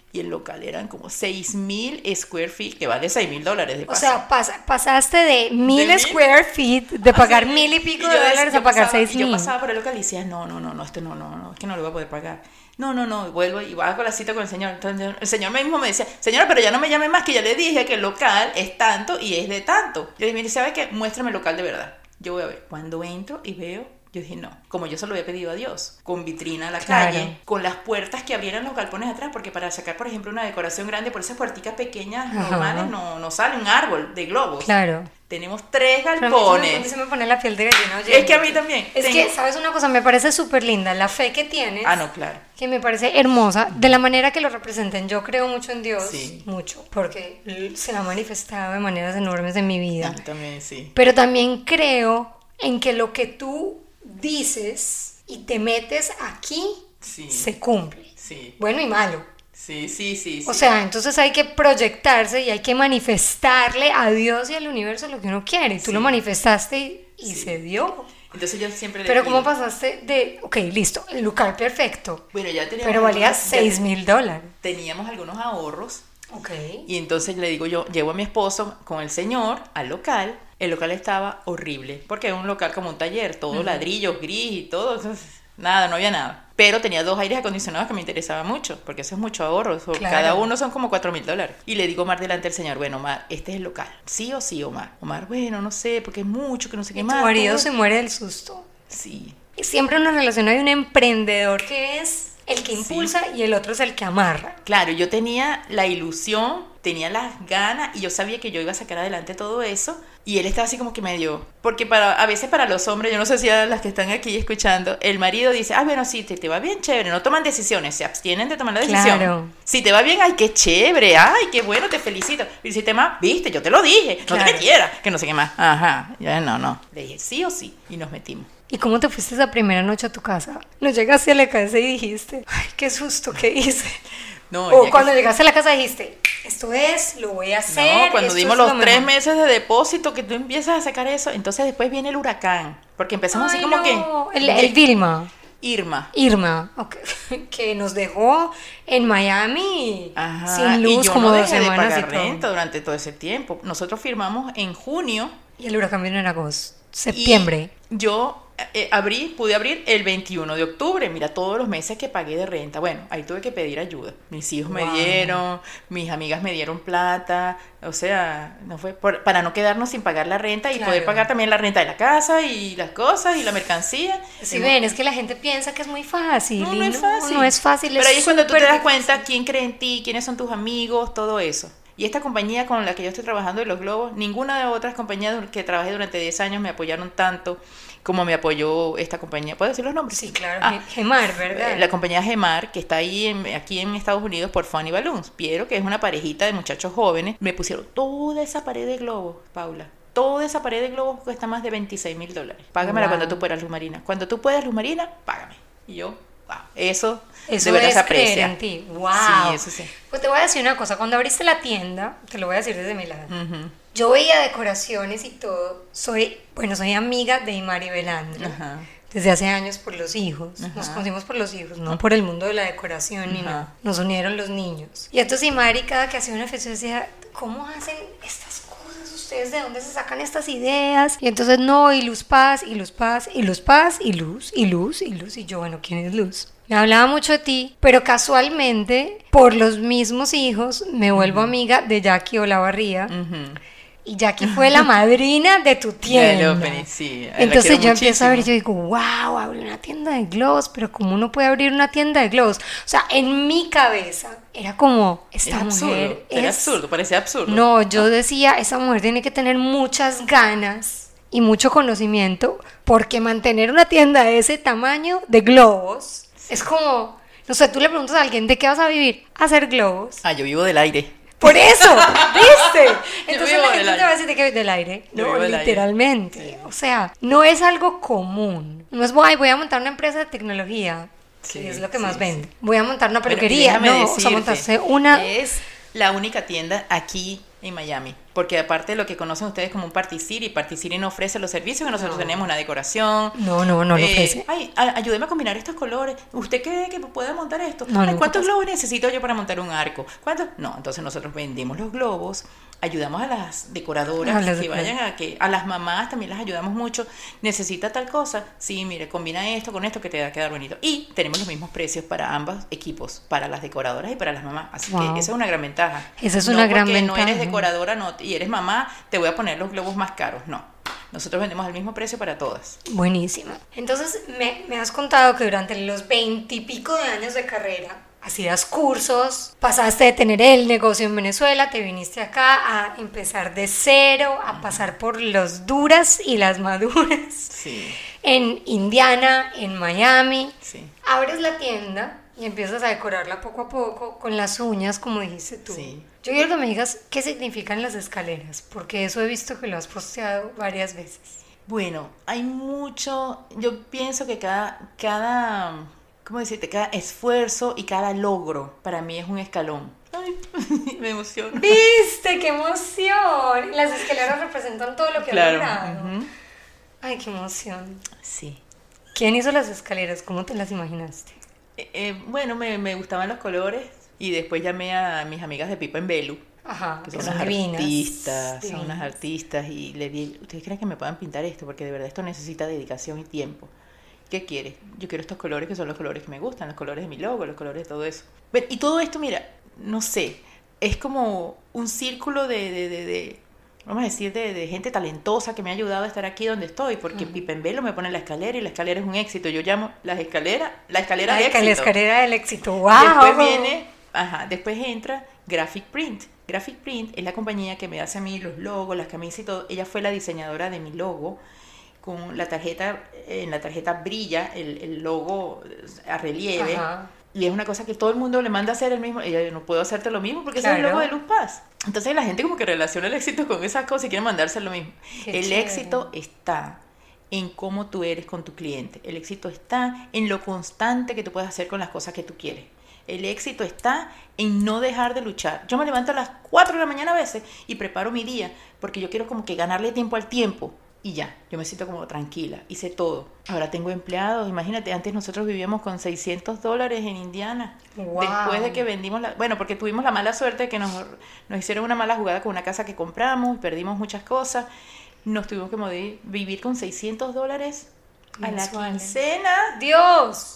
y el local eran como seis mil square feet, que vale seis mil dólares de O paso. sea, pas- pasaste de mil mil? square feet, de pagar Así, mil y pico y de yo des- dólares yo a pagar pasaba- seis y Yo mil. pasaba por el local y decía, no, no, no, no, esto no, no, no, es que no lo voy a poder pagar. No, no, no, vuelvo y hago la cita con el señor. Entonces, el señor mismo me decía, señora, pero ya no me llame más, que ya le dije que el local es tanto y es de tanto. Yo le dije, mire, ¿sabe qué? Muéstrame el local de verdad. Yo voy a ver. Cuando entro y veo, yo dije, no, como yo se lo había pedido a Dios, con vitrina a la Claro. calle, con las puertas que abrieran los galpones atrás, porque para sacar, por ejemplo, una decoración grande, por esas puerticas pequeñas Ajá. normales, no, no sale un árbol de globos. Claro. Tenemos tres Pero a mí se me- galpones. a mí se me pone la piel de gallina oyendo. Es que a mí también. Es Tengo- que, ¿sabes una cosa? Me parece súper linda la fe que tienes. Ah, no, claro. Que me parece hermosa, de la manera que lo representen. Yo creo mucho en Dios, Sí. mucho, porque l- se ha manifestado de maneras enormes en mi vida. A mí también, sí. Pero también creo en que lo que tú dices y te metes aquí Sí. se cumple. Sí. Bueno y malo. Sí, sí, sí. O sí. sea, entonces hay que proyectarse y hay que manifestarle a Dios y al universo lo que uno quiere. Y tú Sí. lo manifestaste y, y Sí. se dio. Entonces yo siempre le Pero pido- ¿cómo pasaste de, ok, listo, el local perfecto, Bueno, ya teníamos... pero valía algunos- ya seis mil dólares? Teníamos algunos ahorros. Ok. Y entonces le digo yo, llevo a mi esposo con el señor al local. El local estaba horrible, porque era un local como un taller, todo ladrillos, gris y todo. Entonces, nada, no había nada. Pero tenía dos aires acondicionados que me interesaba mucho, porque eso es mucho ahorro. So, Claro. Cada uno son como cuatro mil dólares. Y le digo a Omar delante del señor, bueno, Omar, este es el local. ¿Sí o sí, Omar? Omar, bueno, no sé, porque es mucho, que no sé qué Y tu más. marido todo. se muere del susto. Sí. Y siempre en una relación hay un emprendedor que es el que impulsa y el otro es el que amarra. Claro, yo tenía la ilusión, tenía las ganas y yo sabía que yo iba a sacar adelante todo eso y él estaba así como que medio, porque para a veces para los hombres, yo no sé si a las que están aquí escuchando, el marido dice, ah, bueno, sí, te, te va bien, chévere, no toman decisiones, se abstienen de tomar la decisión. Claro. Si te va bien, ay, qué chévere, ay, qué bueno, te felicito. Y si te va, viste, yo te lo dije, no Claro. te quieras, que no sé qué más. Ajá, ya no, no. Le dije, sí o sí, y nos metimos. ¿Y cómo te fuiste esa primera noche a tu casa? ¿No llegaste a la casa y dijiste, ay, qué susto que hice? No, O ya cuando que- llegaste a la casa dijiste, esto es, lo voy a hacer. No, cuando esto dimos es lo los tres mejor". meses de depósito que tú empiezas a sacar eso, entonces después viene el huracán, porque empezamos Ay, así como no, que El, el Vilma. Irma. Irma, ok, que nos dejó en Miami Ajá, sin luz y yo como no dos dejé de semanas y pagar todo. renta durante todo ese tiempo. Nosotros firmamos en junio. Y el huracán vino en agosto, y septiembre. yo eh, abrí, pude abrir el veintiuno de octubre. Mira, todos los meses que pagué de renta. Bueno, ahí tuve que pedir ayuda. Mis hijos me Wow. dieron, mis amigas me dieron plata. O sea, no fue por- para no quedarnos sin pagar la renta y Claro. poder pagar también la renta de la casa y las cosas y la mercancía. Si Hemos- ven, es que la gente piensa que es muy fácil. No, y no es fácil. No es fácil. Pero ahí es cuando tú te súper das difícil. cuenta quién cree en ti, quiénes son tus amigos, todo eso. Y esta compañía con la que yo estoy trabajando de los globos, ninguna de las otras compañías que trabajé durante diez años me apoyaron tanto como me apoyó esta compañía. ¿Puedo decir los nombres? Sí, claro. Ah, Gemar, ¿verdad? la compañía Gemar, que está ahí en- aquí en Estados Unidos por Funny Balloons. Piero, que es una parejita de muchachos jóvenes, me pusieron toda esa pared de globos, Paula. Toda esa pared de globos cuesta más de veintiséis mil dólares. Págamela Wow. cuando tú puedas, Luz Marina. Cuando tú puedas, Luz Marina, págame. Y yo, wow, eso, Eso de verdad es se creer aprecia. en ti. Wow. Sí, eso sí. Pues te voy a decir una cosa. Cuando abriste la tienda, te lo voy a decir desde mi lado. Ujú. Yo veía decoraciones y todo. Soy, bueno, soy amiga de Imari Belandro. Ajá. Desde hace años por los hijos. Nos Ajá. conocimos por los hijos, no por el mundo de la decoración ni Ajá. nada. Nos unieron los niños. Y entonces Imari cada que hacía una fiesta decía, ¿cómo hacen estas cosas ustedes? ¿De dónde se sacan estas ideas? Y entonces no, y Luz Paz, y Luz Paz, y Luz Paz, y Luz, y Luz, y Luz. Y yo, bueno, ¿quién es Luz? Me hablaba mucho de ti, pero casualmente, por los mismos hijos, me vuelvo amiga de Jackie Olavarría. Ujú. Y Jackie fue la madrina de tu tienda. Del opening, sí, la Entonces quiero yo empiezo a ver y yo muchísimo. digo, wow, abre una tienda de globos, pero ¿cómo uno puede abrir una tienda de globos? O sea, en mi cabeza era como, esta Era absurdo, mujer era es... absurdo, parecía absurdo. No, yo decía, esa mujer tiene que tener muchas ganas y mucho conocimiento, porque mantener una tienda de ese tamaño de globos es como, no sé, tú le preguntas a alguien, ¿de qué vas a vivir? Hacer globos. Ah, yo vivo del aire. Por eso, ¿viste? Entonces vivo la del gente te aire. va a decir de que del aire. Yo No, vivo del aire. literalmente. O sea, no es algo común. No es, "Ay, voy a montar una empresa de tecnología", Sí, que es lo que más sí, vende. Voy a montar una Bueno, y peluquería. déjame No, o sea, decirte, montarse una... Es la única tienda aquí en Miami, porque aparte de lo que conocen ustedes como un Party City, Party City no ofrece los servicios que nosotros no. tenemos, una decoración. No, no, no lo eh, ofrece. Ay, a, ayúdeme a combinar estos colores. ¿Usted cree que puede montar esto? No, ay, ¿cuántos globos necesito yo para montar un arco? ¿Cuántos? No, entonces nosotros vendemos los globos, ayudamos a las decoradoras a las que vayan a que a las mamás también las ayudamos mucho. ¿Necesita tal cosa? Sí, mire, combina esto con esto que te va a quedar bonito. Y tenemos los mismos precios para ambos equipos, para las decoradoras y para las mamás. Así wow. que esa es una gran ventaja. Esa es una no gran porque ventaja. No eres decoradora no, y eres mamá, te voy a poner los globos más caros. No. Nosotros vendemos al mismo precio para todas. Buenísimo. Entonces, me, me has contado que durante los veintipico de años de carrera hacías cursos, pasaste de tener el negocio en Venezuela, te viniste acá a empezar de cero, a pasar por los duras y las maduras. Sí. En Indiana, en Miami. Sí. Abres la tienda y empiezas a decorarla poco a poco con las uñas, como dijiste tú. Sí. Yo quiero que me digas qué significan las escaleras, porque eso he visto que lo has posteado varias veces. Bueno, hay mucho, yo pienso que cada, cada, ¿cómo decirte? Cada esfuerzo y cada logro para mí es un escalón. Ay, me emociono. ¿Viste? ¡Qué emoción! Las escaleras representan todo lo que claro. has logrado. Uh-huh. Ay, qué emoción. Sí. ¿Quién hizo las escaleras? ¿Cómo te las imaginaste? Eh, eh, bueno, me, me gustaban los colores y después llamé a mis amigas de Pipa en Belu. Ajá, que son, que unas son divinas, artistas, divinas. son unas artistas y le di, ¿ustedes creen que me puedan pintar esto? Porque de verdad esto necesita dedicación y tiempo. ¿Qué quieres? Yo quiero estos colores que son los colores que me gustan, los colores de mi logo, los colores de todo eso. Bueno, y todo esto, mira, no sé, es como un círculo de, de, de, de vamos a decir, de, de gente talentosa que me ha ayudado a estar aquí donde estoy, porque uh-huh. Pipa en Belu me pone la escalera y la escalera es un éxito. Yo llamo las escaleras, la escalera la, de éxito. La escalera del éxito, wow. Después viene, ajá, después entra Graphic Print. Graphic Print es la compañía que me hace a mí los logos, las camisas y todo. Ella fue la diseñadora de mi logo. Con la tarjeta, en la tarjeta brilla el, el logo a relieve. Ajá. Y es una cosa que todo el mundo le manda a hacer el mismo. Ella, yo no puedo hacerte lo mismo porque claro. ese es el logo de Luz Paz. Entonces la gente como que relaciona el éxito con esas cosas y quiere mandarse lo mismo. Qué el chévere. Éxito está en cómo tú eres con tu cliente. El éxito está en lo constante que tú puedes hacer con las cosas que tú quieres. El éxito está en no dejar de luchar. Yo me levanto a las cuatro de la mañana a veces y preparo mi día porque yo quiero como que ganarle tiempo al tiempo. Y ya, yo me siento como tranquila, hice todo. Ahora tengo empleados, imagínate, antes nosotros vivíamos con seiscientos dólares en Indiana. Wow. Después de que vendimos, la, bueno, porque tuvimos la mala suerte de que nos, nos hicieron una mala jugada con una casa que compramos, perdimos muchas cosas. Nos tuvimos que mover, vivir con seiscientos dólares a la quincena. ¡Dios!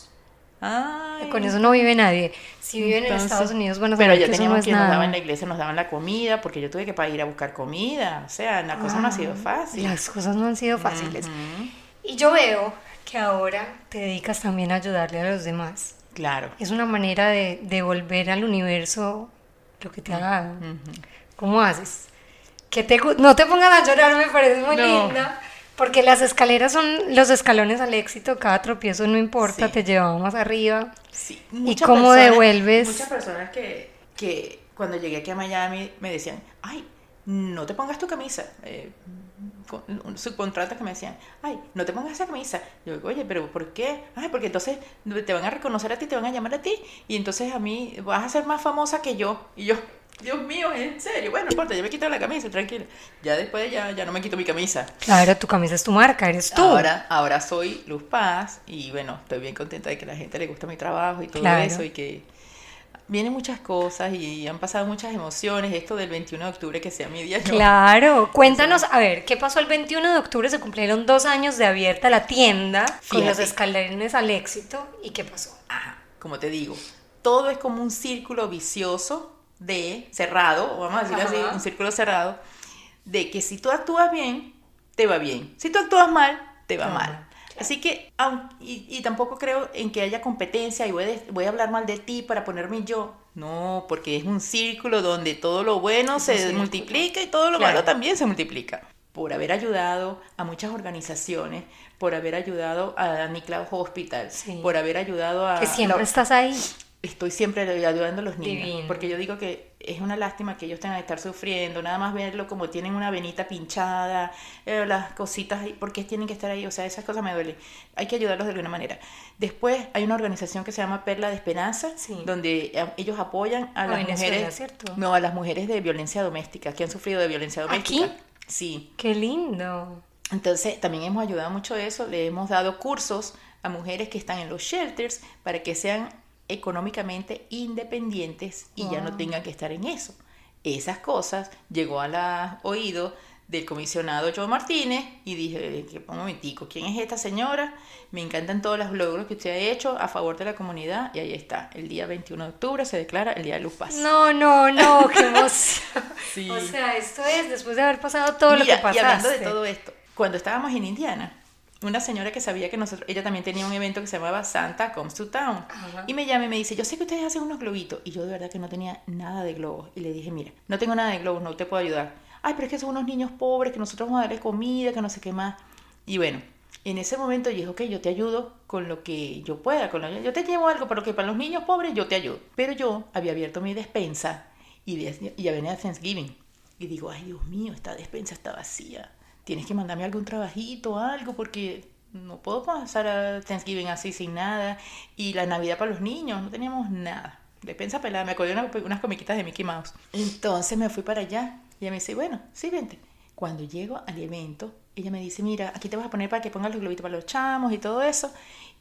Ay. Con eso no vive nadie. Si viven Entonces, en Estados Unidos, bueno, pero ya que teníamos eso no es que nada. Nos daban en la iglesia, nos daban la comida, porque yo tuve que ir a buscar comida. O sea, la cosa ah, no ha sido fácil. Las cosas no han sido fáciles. Uh-huh. Y yo veo que ahora te dedicas también a ayudarle a los demás. Claro. Es una manera de devolver al universo lo que te ha dado. Uh-huh. ¿Cómo haces? Que te, no te pongas a llorar, me parece muy no. linda. Porque las escaleras son los escalones al éxito, cada tropiezo no importa, sí. te llevaba más arriba. Sí. ¿Y cómo personas, devuelves? Muchas personas que, que cuando llegué aquí a Miami me decían, ay, no te pongas tu camisa. Eh, subcontratas que me decían, ay, no te pongas esa camisa. Yo digo, oye, pero ¿por qué? Ay, porque entonces te van a reconocer a ti, te van a llamar a ti, y entonces a mí vas a ser más famosa que yo. Y yo... Dios mío, en serio, bueno, no importa, yo me quito la camisa, tranquila. Ya después ya, ya no me quito mi camisa. Claro, tu camisa es tu marca, eres tú. Ahora, ahora soy Luz Paz y bueno, estoy bien contenta de que a la gente le gusta mi trabajo y todo claro. eso y que vienen muchas cosas y han pasado muchas emociones. Esto del veintiuno de octubre que sea mi día. Claro, yo, cuéntanos, a ver, ¿qué pasó el veintiuno de octubre? Se cumplieron dos años de abierta la tienda Fíjate. Con los escalones al éxito. ¿Y qué pasó? Ajá, como te digo, todo es como un círculo vicioso de cerrado, o vamos a decirlo así, un círculo cerrado, de que si tú actúas bien, te va bien. Si tú actúas mal, te va uh-huh. mal. Claro. Así que, y, y tampoco creo en que haya competencia y voy, de, voy a hablar mal de ti para ponerme yo. No, porque es un círculo donde todo lo bueno es se multiplica y todo lo claro. malo también se multiplica. Por haber ayudado a muchas organizaciones, por haber ayudado a Nicklaus Hospital, sí. por haber ayudado a... Que siempre la, estás ahí. Estoy siempre ayudando a los niños, Divino. Porque yo digo que es una lástima que ellos tengan que estar sufriendo, nada más verlo como tienen una venita pinchada, eh, las cositas, ¿por qué tienen que estar ahí? O sea, esas cosas me duelen. Hay que ayudarlos de alguna manera. Después hay una organización que se llama Perla de Esperanza, sí. donde ellos apoyan a, a las Venezuela, mujeres, ¿cierto? No, a las mujeres de violencia doméstica, que han sufrido de violencia doméstica. ¿Aquí? Sí. ¡Qué lindo! Entonces, también hemos ayudado mucho a eso, le hemos dado cursos a mujeres que están en los shelters para que sean económicamente independientes y wow. ya no tengan que estar en eso. Esas cosas llegó a la oído del comisionado Joe Martínez y dije, un momentico, ¿quién es esta señora? Me encantan todos los logros que usted ha hecho a favor de la comunidad y ahí está, el día veintiuno de octubre se declara el Día de Luz Paz. No, no, no, qué emoción. Sí. O sea, esto es después de haber pasado todo Mira, lo que pasaste. Y hablando de todo esto, cuando estábamos en Indiana, una señora que sabía que nosotros, ella también tenía un evento que se llamaba Santa Comes to Town. Ajá. Y me llama y me dice, yo sé que ustedes hacen unos globitos. Y yo de verdad que no tenía nada de globos. Y le dije, mira, no tengo nada de globos, no te puedo ayudar. Ay, pero es que son unos niños pobres, que nosotros vamos a darle comida, que no sé qué más. Y bueno, en ese momento yo dije, ok, yo te ayudo con lo que yo pueda. Con lo, yo te llevo algo, pero que para los niños pobres yo te ayudo. Pero yo había abierto mi despensa y, de, y ya venía Thanksgiving. Y digo, ay, Dios mío, esta despensa está vacía. Tienes que mandarme algún trabajito, algo, porque no puedo pasar a Thanksgiving así sin nada. Y la Navidad para los niños, no teníamos nada. Despensa pelada, me acordé de unas, unas comiquitas de Mickey Mouse. Entonces me fui para allá y ella me dice, bueno, sí, vente. Cuando llego al evento, ella me dice, mira, aquí te vas a poner para que pongas los globitos para los chamos y todo eso.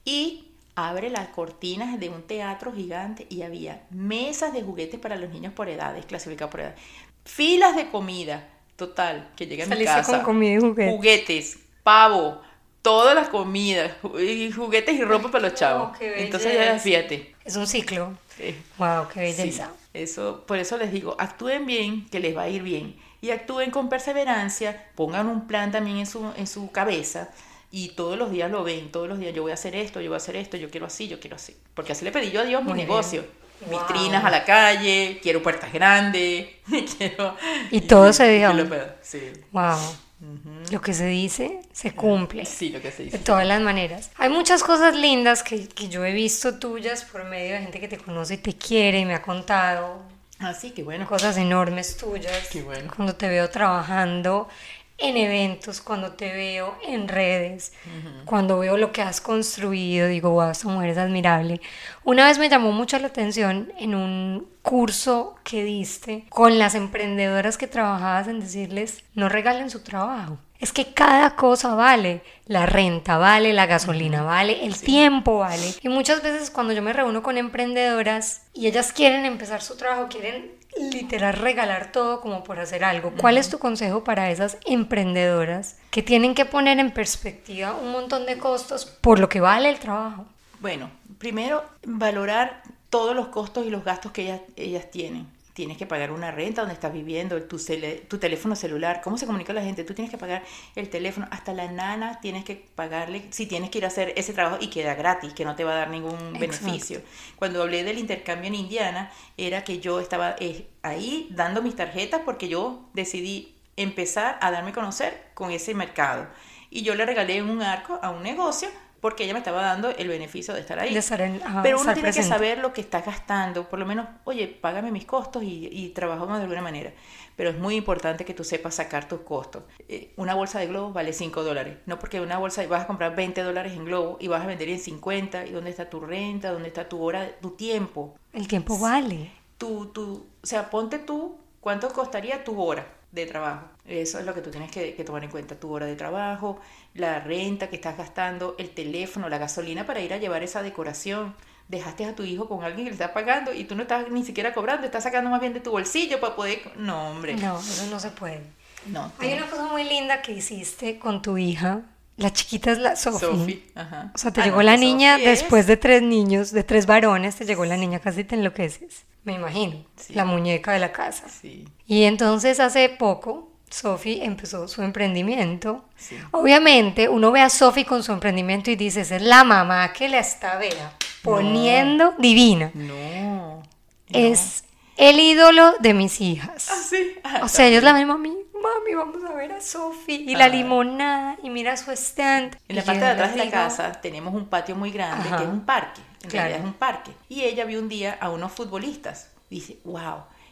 Y abre las cortinas de un teatro gigante y había mesas de juguetes para los niños por edades, clasificados por edad. Filas de comida. Total, que llegué a mi casa, con comida y juguetes. juguetes, pavo, todas las comidas, y juguetes y ropa para los chavos. Oh, entonces ya fíjate. Es un ciclo. Sí. Wow, qué belleza. Sí, eso, por eso les digo, actúen bien, que les va a ir bien. Y actúen con perseverancia, pongan un plan también en su, en su cabeza. Y todos los días lo ven, todos los días yo voy a hacer esto, yo voy a hacer esto, yo quiero así, yo quiero así. Porque así le pedí yo a Dios mi negocio. Wow. Vitrinas a la calle, quiero puertas grandes, quiero... Y todo se dio. Sí. Wow. Uh-huh. Lo que se dice, se cumple. Sí, lo que se dice. De todas las maneras. Hay muchas cosas lindas que, que yo he visto tuyas por medio de gente que te conoce y te quiere y me ha contado. Ah, sí, qué bueno. Cosas enormes tuyas. Qué bueno. Cuando te veo trabajando en eventos, cuando te veo en redes, uh-huh. cuando veo lo que has construido, digo, wow, esta mujer es admirable. Una vez me llamó mucho la atención en un curso que diste con las emprendedoras que trabajabas en decirles, no regalen su trabajo. Es que cada cosa vale, la renta vale, la gasolina vale, el sí. tiempo vale. Y muchas veces cuando yo me reúno con emprendedoras y ellas quieren empezar su trabajo, quieren literal regalar todo como por hacer algo. ¿Cuál es tu consejo para esas emprendedoras que tienen que poner en perspectiva un montón de costos por lo que vale el trabajo? Bueno, primero valorar todos los costos y los gastos que ellas, ellas tienen. Tienes que pagar una renta donde estás viviendo, tu, cele, tu teléfono celular, cómo se comunica la gente, tú tienes que pagar el teléfono, hasta la nana tienes que pagarle, si tienes que ir a hacer ese trabajo y queda gratis, que no te va a dar ningún Exacto. beneficio. Cuando hablé del intercambio en Indiana, era que yo estaba eh, ahí dando mis tarjetas porque yo decidí empezar a darme a conocer con ese mercado. Y yo le regalé un arco a un negocio porque ella me estaba dando el beneficio de estar ahí. De estar en, ajá, Pero uno tiene presente. que saber lo que está gastando, por lo menos, oye, págame mis costos y, y trabajamos de alguna manera. Pero es muy importante que tú sepas sacar tus costos. Eh, una bolsa de globos vale cinco dólares. No porque una bolsa vas a comprar veinte dólares en globos y vas a vender en cincuenta. ¿Y dónde está tu renta? ¿Dónde está tu hora? Tu tiempo. El tiempo vale. Tu, tu, o sea, ponte tú, ¿cuánto costaría tu hora de trabajo? Eso es lo que tú tienes que, que tomar en cuenta, tu hora de trabajo, la renta que estás gastando, el teléfono, la gasolina para ir a llevar esa decoración. Dejaste a tu hijo con alguien que le está pagando y tú no estás ni siquiera cobrando, estás sacando más bien de tu bolsillo para poder... No, hombre. No, eso no se puede. No. Hay una cosa muy linda que hiciste con tu hija. La chiquita es la Sophie. Sophie, ajá. O sea, te ah, llegó no, la niña Sophie después es... de tres niños, de tres varones, te llegó la niña, casi te enloqueces. Me imagino, sí. La muñeca de la casa. Sí. Y entonces hace poco Sophie empezó su emprendimiento. Sí. Obviamente uno ve a Sophie con su emprendimiento y dice, esa es la mamá que la está, vea, poniendo no. divina. No, no. Es el ídolo de mis hijas. Ah, sí. Ah, o sea, ellos la ven, mami, mami, vamos a ver a Sophie. Y ah. la limonada, y mira su stand. En la parte de atrás de la digo, casa tenemos un patio muy grande, Ajá. que es un parque. En claro. realidad es un parque. Y ella vio un día a unos futbolistas. Dice, wow,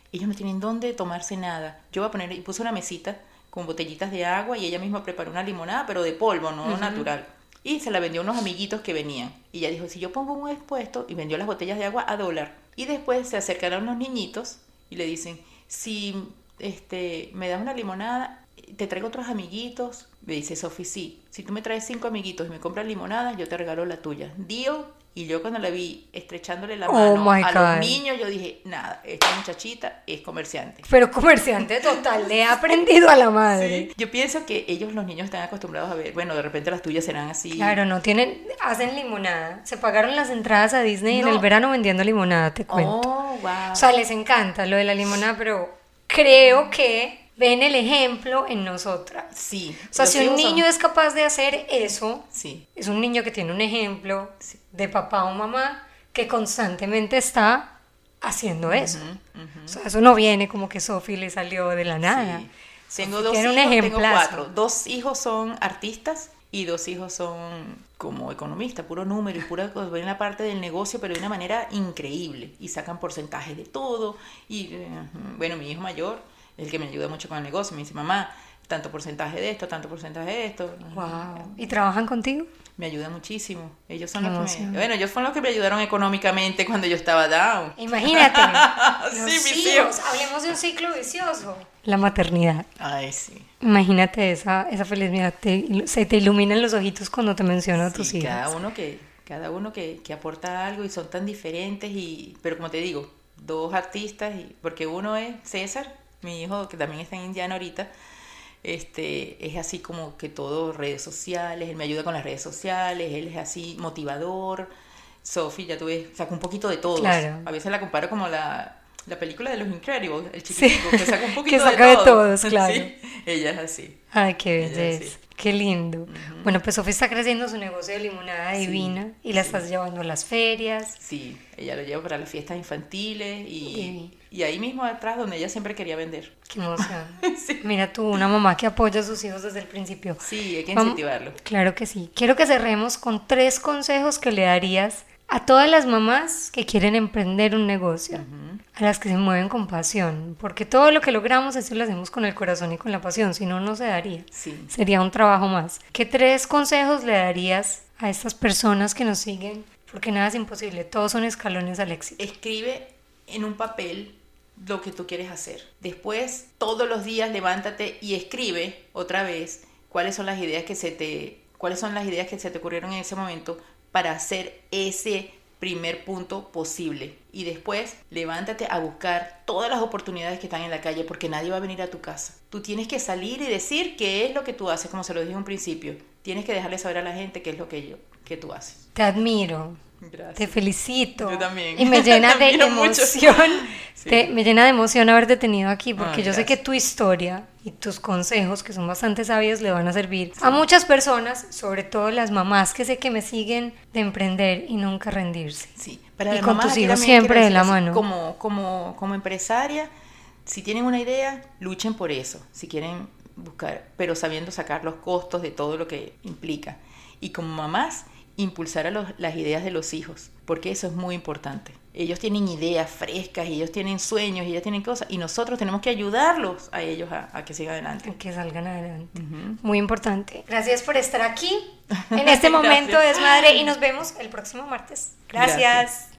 ellos no tienen dónde tomarse nada. Yo voy a poner, y puse una mesita con botellitas de agua y ella misma preparó una limonada, pero de polvo, no uh-huh. natural. Y se la vendió a unos amiguitos que venían. Y ella dijo, si yo pongo un expuesto, y vendió las botellas de agua a dólar. Y después se acercaron unos niñitos y le dicen, si este, me das una limonada, te traigo otros amiguitos. Me dice, Sofi, sí, si tú me traes cinco amiguitos y me compras limonadas, yo te regalo la tuya. Dio. Y yo cuando la vi estrechándole la mano oh a God. los niños, yo dije, nada, esta muchachita es comerciante. Pero comerciante total, le ha aprendido a la madre. Sí. Yo pienso que ellos, los niños, están acostumbrados a ver, bueno, de repente las tuyas serán así. Claro, no tienen, hacen limonada. Se pagaron las entradas a Disney no. en el verano vendiendo limonada, te cuento. Oh, wow. O sea, les encanta lo de la limonada, pero creo que ven el ejemplo en nosotras. Sí. O sea, si un niño son... es capaz de hacer eso, sí. es un niño que tiene un ejemplo sí. de papá o mamá que constantemente está haciendo eso. Uh-huh, uh-huh. O sea, eso no viene como que Sofi le salió de la nada. Sí. Tengo dos tiene hijos, un tengo cuatro. Dos hijos son artistas y dos hijos son como economistas, puro número y pura cosa, ven la parte del negocio, pero de una manera increíble. Y sacan porcentajes de todo. Y uh, bueno, mi hijo mayor es el que me ayuda mucho con el negocio. Me dice, mamá, tanto porcentaje de esto, tanto porcentaje de esto. Wow. ¿Y trabajan contigo? Me ayuda muchísimo. Ellos son Qué los emoción. que me, bueno, ellos fueron los que me ayudaron económicamente cuando yo estaba down. Imagínate. sí, los mis hijos. hijos. Hablemos de un ciclo vicioso. La maternidad. Ay, sí. Imagínate esa, esa felicidad. Te, se te iluminan los ojitos cuando te menciono a tus sí, hijos. Cada uno que, cada uno que, que aporta algo y son tan diferentes. Y, pero como te digo, dos artistas, y, porque uno es César, mi hijo que también está en Indiana ahorita. Este, es así como que todo redes sociales, él me ayuda con las redes sociales, él es así motivador. Sofi, ya tuve, saca un poquito de todos. Claro. A veces la comparo como la, la película de los Incredibles, el chiquitico, sí. que saca un poquito que saca de, todo. de todos, claro. Sí, ella es así. Ay, qué belleza, sí. qué lindo. Uh-huh. Bueno, pues Sofi está creciendo su negocio de limonada sí, divina y la sí. estás llevando a las ferias. Sí, ella lo lleva para las fiestas infantiles y, Sí. y ahí mismo atrás donde ella siempre quería vender. Qué emoción. sí. Mira tú, una mamá que apoya a sus hijos desde el principio. Sí, hay que Vamos, incentivarlo. claro que sí. Quiero que cerremos con tres consejos que le darías a todas las mamás que quieren emprender un negocio, uh-huh. a las que se mueven con pasión, porque todo lo que logramos eso lo hacemos con el corazón y con la pasión, si no, no se daría. Sí. Sería un trabajo más. ¿Qué tres consejos le darías a estas personas que nos siguen? Porque nada es imposible, todos son escalones al éxito. Escribe en un papel lo que tú quieres hacer. Después, todos los días levántate y escribe otra vez cuáles son las ideas que se te, cuáles son las ideas que se te ocurrieron en ese momento para hacer ese primer punto posible. Y después, levántate a buscar todas las oportunidades que están en la calle, porque nadie va a venir a tu casa. Tú tienes que salir y decir qué es lo que tú haces, como se lo dije en un principio. Tienes que dejarle saber a la gente qué es lo que, yo, que tú haces. Te admiro. Gracias. Te felicito. Yo también. Y me llena de emoción. Sí. Te, me llena de emoción haberte tenido aquí, porque oh, yo gracias. sé que tu historia y tus consejos, que son bastante sabios, le van a servir sí. a muchas personas, sobre todo las mamás que sé que me siguen, de emprender y nunca rendirse. Sí. Para y con tus hijos siempre de la así, mano. Como, como, como empresaria, si tienen una idea, luchen por eso. Si quieren buscar, pero sabiendo sacar los costos de todo lo que implica. Y como mamás, impulsar a los, las ideas de los hijos, porque eso es muy importante. Ellos tienen ideas frescas, y ellos tienen sueños, y ellos tienen cosas, y nosotros tenemos que ayudarlos a ellos a, a que sigan adelante. A que salgan adelante. Uh-huh. Muy importante. Gracias por estar aquí en este momento de desmadre y nos vemos el próximo martes. Gracias. Gracias.